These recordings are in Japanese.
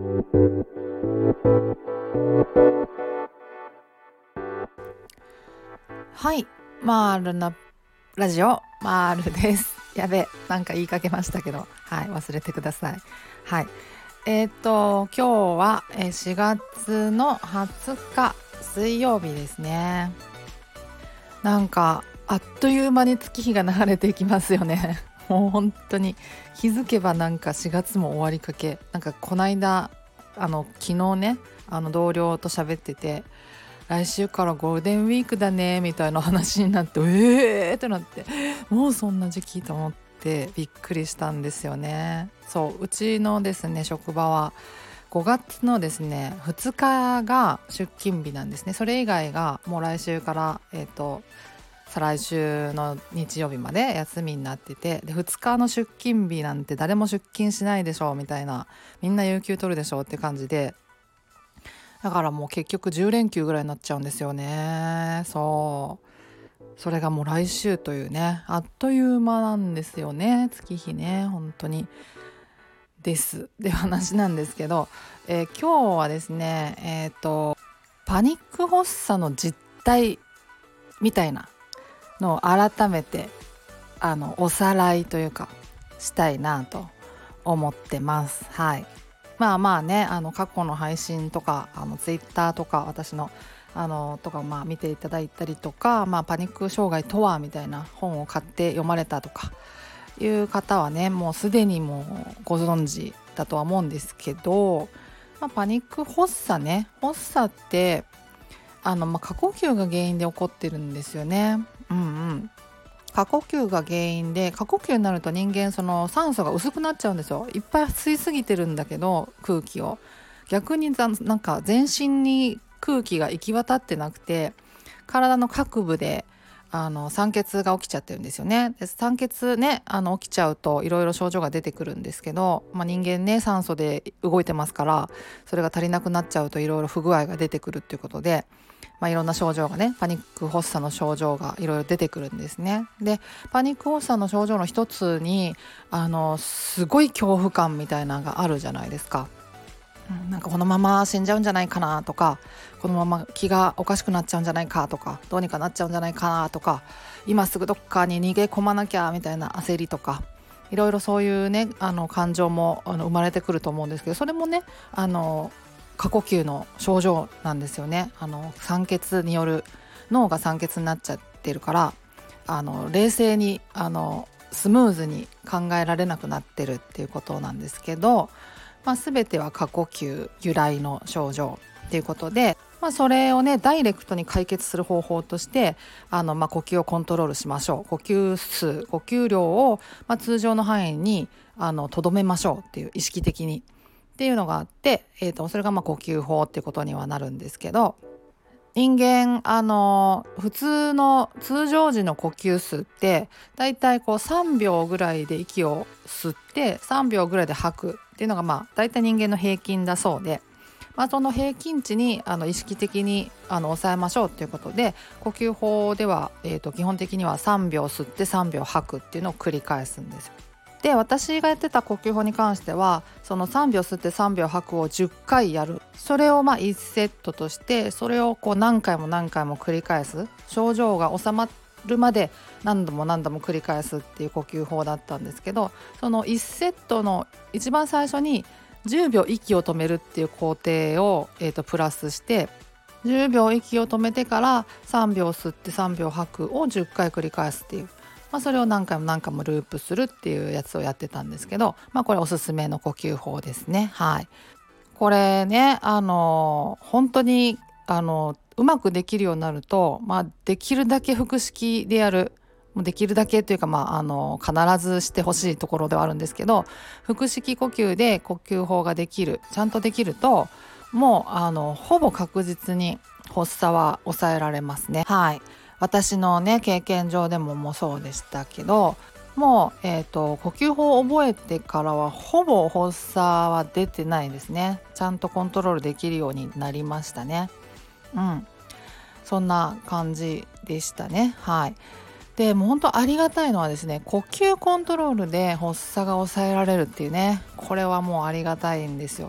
はい、マールなラジオマールです。やべ、なんか言いかけましたけど、はい、忘れてください。はい、今日は4月の20日水曜日ですね。なんかあっという間に月日が流れていきますよね。もう本当に気づけばなんか4月も終わりかけ。なんかこないだ昨日ね、同僚と喋ってて、来週からゴールデンウィークだねみたいな話になって、ってなって、もうそんな時期と思ってびっくりしたんですよね。そう、うちのですね職場は5月のですね2日が出勤日なんですね。それ以外がもう来週から再来週の日曜日まで休みになってて、で2日の出勤日なんて誰も出勤しないでしょうみたいな、みんな有給取るでしょうって感じで、だからもう結局10連休ぐらいになっちゃうんですよね。それがもう来週というね、あっという間なんですよね、月日ね、本当にですで話なんですけど、今日はですねパニック発作の実態みたいなのを改めておさらいというかしたいなと思ってます。はい。まあね、過去の配信とかツイッターとか私のとか見ていただいたりとか、パニック障害とはみたいな本を買って読まれたとかいう方はね、もうすでにもうご存知だとは思うんですけど、パニック発作って過呼吸が原因で起こってるんですよね。過呼吸が原因で、過呼吸になると人間その酸素が薄くなっちゃうんですよ。いっぱい吸いすぎてるんだけど空気を、逆になんか全身に空気が行き渡ってなくて、体の各部で酸欠が起きちゃってるんですよね。で酸欠ね起きちゃうといろいろ症状が出てくるんですけど、人間ね酸素で動いてますから、それが足りなくなっちゃうといろいろ不具合が出てくるっていうことで、いろんな症状がね、パニック発作の症状がいろいろ出てくるんですね。でパニック発作の症状の一つにすごい恐怖感みたいなのがあるじゃないですか。なんかこのまま死んじゃうんじゃないかなとか、このまま気がおかしくなっちゃうんじゃないかとか、どうにかなっちゃうんじゃないかなとか、今すぐどっかに逃げ込まなきゃみたいな焦りとか、いろいろそういうね感情も生まれてくると思うんですけど、それもね過呼吸の症状なんですよね。酸欠による、脳が酸欠になっちゃってるから、冷静にスムーズに考えられなくなってるっていうことなんですけど、全ては過呼吸由来の症状っていうことで、それをねダイレクトに解決する方法として呼吸をコントロールしましょう、呼吸量を、通常の範囲にとどめましょうっていう、意識的にっていうのがあって、それが呼吸法っていうことにはなるんですけど、人間普通の通常時の呼吸数ってだいたい3秒ぐらいで息を吸って3秒ぐらいで吐くっていうのがだいたい人間の平均だそうで、その平均値に意識的に抑えましょうということで、呼吸法では、基本的には3秒吸って3秒吐くっていうのを繰り返すんですよ。で私がやってた呼吸法に関しては、その3秒吸って3秒吐くを10回やる、それを1セットとして、それを何回も何回も繰り返す、症状が収まるまで何度も何度も繰り返すっていう呼吸法だったんですけど、その1セットの一番最初に10秒息を止めるっていう工程を、プラスして10秒息を止めてから3秒吸って3秒吐くを10回繰り返すっていう、それを何回も何回もループするっていうやつをやってたんですけど、これおすすめの呼吸法ですね。はい。これね本当にうまくできるようになると、できるだけ腹式でやる、できるだけというか、必ずしてほしいところではあるんですけど、腹式呼吸で呼吸法ができる、ちゃんとできると、もうほぼ確実に発作は抑えられますね。はい。私のね経験上でもそうでしたけど、もう、呼吸法を覚えてからはほぼ発作は出てないですね。ちゃんとコントロールできるようになりましたね。そんな感じでしたね。はい。でもう本当ありがたいのはですね、呼吸コントロールで発作が抑えられるっていうね、これはもうありがたいんですよ。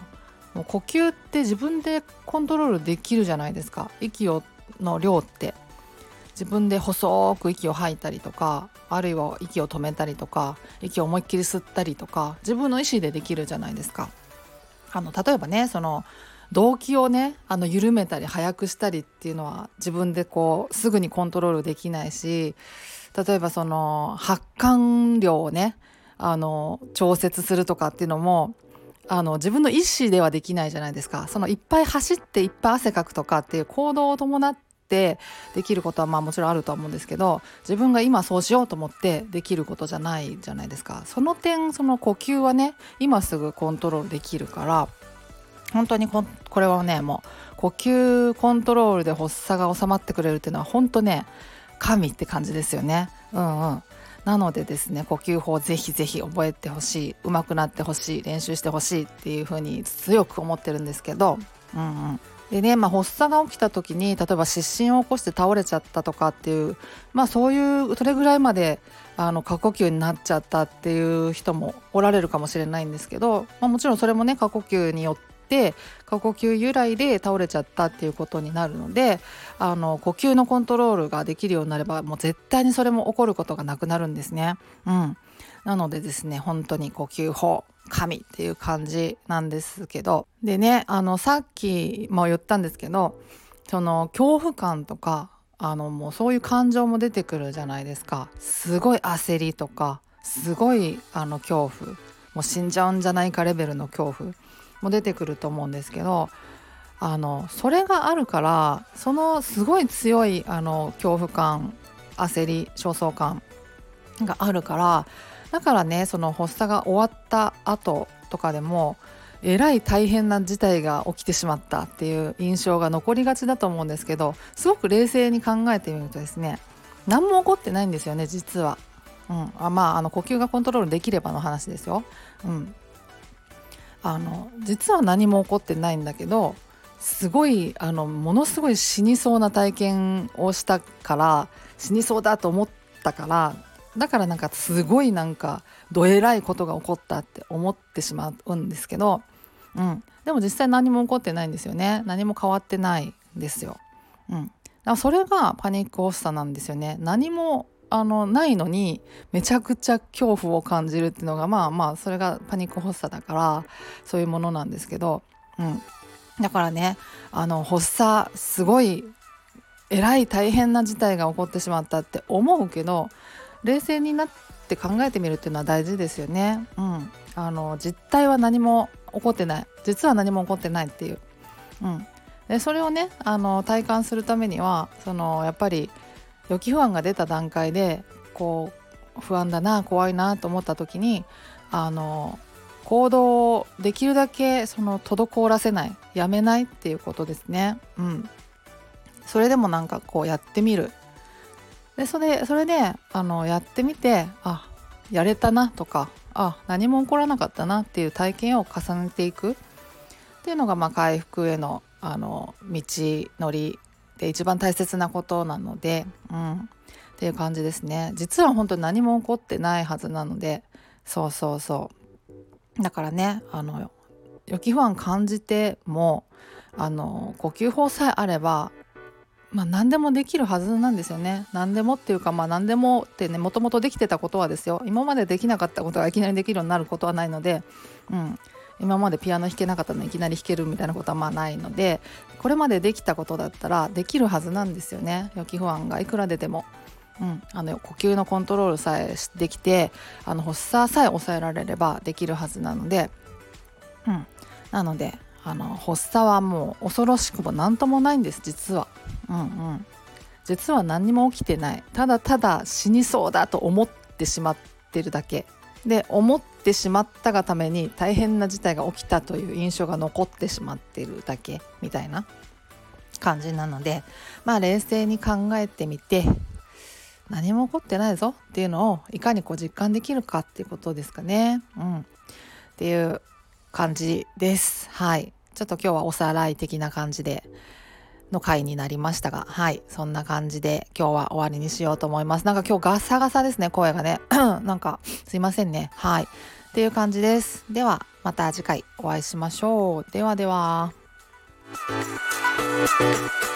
もう呼吸って自分でコントロールできるじゃないですか。の量って自分で細く息を吐いたりとか、あるいは息を止めたりとか、息を思いっきり吸ったりとか、自分の意思でできるじゃないですか。例えばね、その動悸をね緩めたり速くしたりっていうのは自分ですぐにコントロールできないし、例えばその発汗量をね調節するとかっていうのも自分の意思ではできないじゃないですか。そのいっぱい走っていっぱい汗かくとかっていう行動を伴ってできることはもちろんあるとは思うんですけど、自分が今そうしようと思ってできることじゃないじゃないですか。その点その呼吸はね今すぐコントロールできるから、本当にこれはねもう呼吸コントロールで発作が収まってくれるっていうのは本当ね神って感じですよね。なのでですね、呼吸法ぜひぜひ覚えてほしい、上手くなってほしい、練習してほしいっていうふうに強く思ってるんですけど、でね、発作が起きた時に例えば失神を起こして倒れちゃったとかっていう、そういうそれぐらいまで過呼吸になっちゃったっていう人もおられるかもしれないんですけど、もちろんそれもね過呼吸によって過呼吸由来で倒れちゃったっていうことになるので、呼吸のコントロールができるようになればもう絶対にそれも起こることがなくなるんですね。なのでですね、本当に呼吸法神っていう感じなんですけど、でねさっきも言ったんですけど、その恐怖感とかもうそういう感情も出てくるじゃないですか。すごい焦りとかすごい恐怖、もう死んじゃうんじゃないかレベルの恐怖も出てくると思うんですけど、それがあるから、そのすごい強い恐怖感、焦り、焦燥感があるから、だからねその発作が終わった後とかでもえらい大変な事態が起きてしまったっていう印象が残りがちだと思うんですけど、すごく冷静に考えてみるとですね、何も起こってないんですよね実は。呼吸がコントロールできればの話ですよ。実は何も起こってないんだけど、すごいものすごい死にそうな体験をしたから、死にそうだと思ったから、だからなんかすごいなんかどえらいことが起こったって思ってしまうんですけど、でも実際何も起こってないんですよね。何も変わってないんですよ。だからそれがパニック発作なんですよね。何もないのにめちゃくちゃ恐怖を感じるっていうのがそれがパニック発作だからそういうものなんですけど、だからね発作すごいえらい大変な事態が起こってしまったって思うけど、冷静になって考えてみるっていうのは大事ですよね。実態は何も起こってない、実は何も起こってないっていう、でそれをね体感するためにはやっぱり予期不安が出た段階で不安だな怖いなと思った時に行動をできるだけ滞らせない、やめないっていうことですね。それでもなんかやってみる。でそれでやってみてやれたなとか何も起こらなかったなっていう体験を重ねていくっていうのが回復への道のりで一番大切なことなので、っていう感じですね。実は本当に何も起こってないはずなので、だからね予期不安感じても呼吸法さえあれば何でもできるはずなんですよね。何でもっていうか何でもってね、もともとできてたことはですよ、今までできなかったことがいきなりできるようになることはないので、今までピアノ弾けなかったのにいきなり弾けるみたいなことはないので、これまでできたことだったらできるはずなんですよね。予期不安がいくら出ても、呼吸のコントロールさえできて発作さえ抑えられればできるはずなので、なので発作はもう恐ろしくも何ともないんです。実は実は何にも起きてない、ただただ死にそうだと思ってしまってるだけで、思ってしまったがために大変な事態が起きたという印象が残ってしまっているだけみたいな感じなので、冷静に考えてみて、何も起こってないぞっていうのをいかに実感できるかっていうことですかね。っていう感じです。ちょっと今日はおさらい的な感じでの回になりましたが、そんな感じで今日は終わりにしようと思います。なんか今日ガサガサですね、声がねなんかすいませんね。 っていう感じです。ではまた次回お会いしましょう。ではでは。